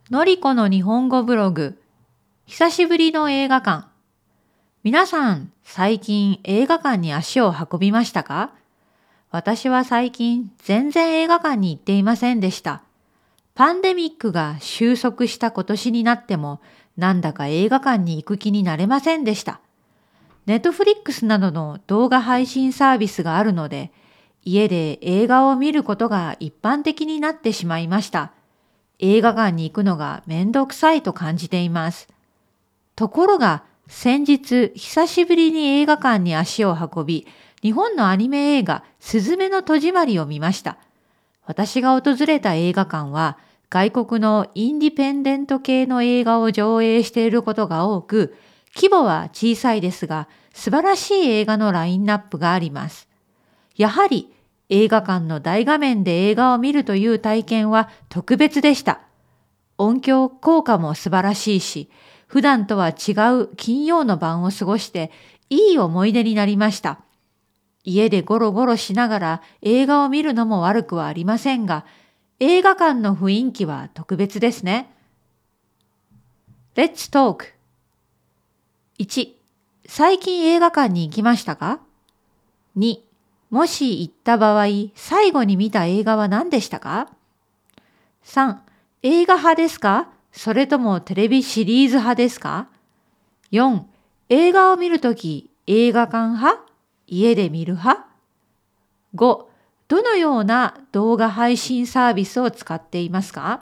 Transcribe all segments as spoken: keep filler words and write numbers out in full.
のりこの日本語ブログ、久しぶりの映画館。皆さん、最近映画館に足を運びましたか？私は最近全然映画館に行っていませんでした。パンデミックが収束した今年になっても、なんだか映画館に行く気になれませんでした。ネットフリックスなどの動画配信サービスがあるので、家で映画を見ることが一般的になってしまいました。映画館に行くのがめんどくさいと感じています。ところが先日久しぶりに映画館に足を運び、日本のアニメ映画すずめの戸締まりを見ました。私が訪れた映画館は外国のインディペンデント系の映画を上映していることが多く、規模は小さいですが素晴らしい映画のラインナップがあります。やはり映画館の大画面で映画を見るという体験は特別でした。音響効果も素晴らしいし、普段とは違う金曜の晩を過ごしていい思い出になりました。家でゴロゴロしながら映画を見るのも悪くはありませんが、映画館の雰囲気は特別ですね。Let's talk。いち、最近映画館に行きましたか？に、もし行った場合、最後に見た映画は何でしたか？さん、映画派ですか？それともテレビシリーズ派ですか？よん、映画を見るとき、映画館派？家で見る派？ご、どのような動画配信サービスを使っていますか？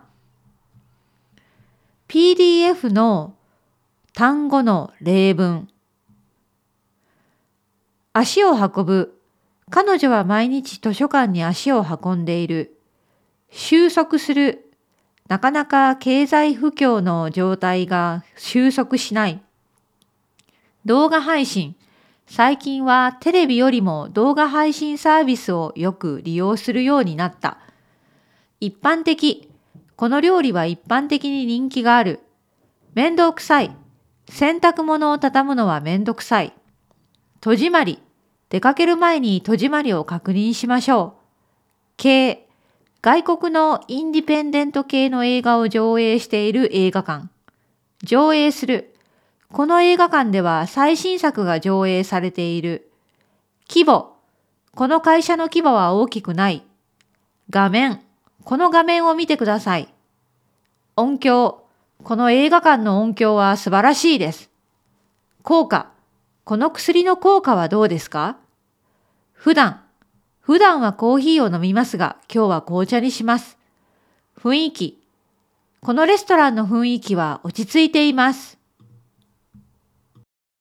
ピーディーエフ の単語の例文。足を運ぶ。彼女は毎日図書館に足を運んでいる。収束する。なかなか経済不況の状態が収束しない。動画配信。最近はテレビよりも動画配信サービスをよく利用するようになった。一般的。この料理は一般的に人気がある。めんどくさい。洗濯物を畳むのはめんどくさい。戸締まり。出かける前に戸締まりを確認しましょう。系。外国のインディペンデント系の映画を上映している映画館。上映する。この映画館では最新作が上映されている。規模。この会社の規模は大きくない。画面。この画面を見てください。音響。この映画館の音響は素晴らしいです。効果。この薬の効果はどうですか？普段。普段はコーヒーを飲みますが、今日は紅茶にします。雰囲気。このレストランの雰囲気は落ち着いています。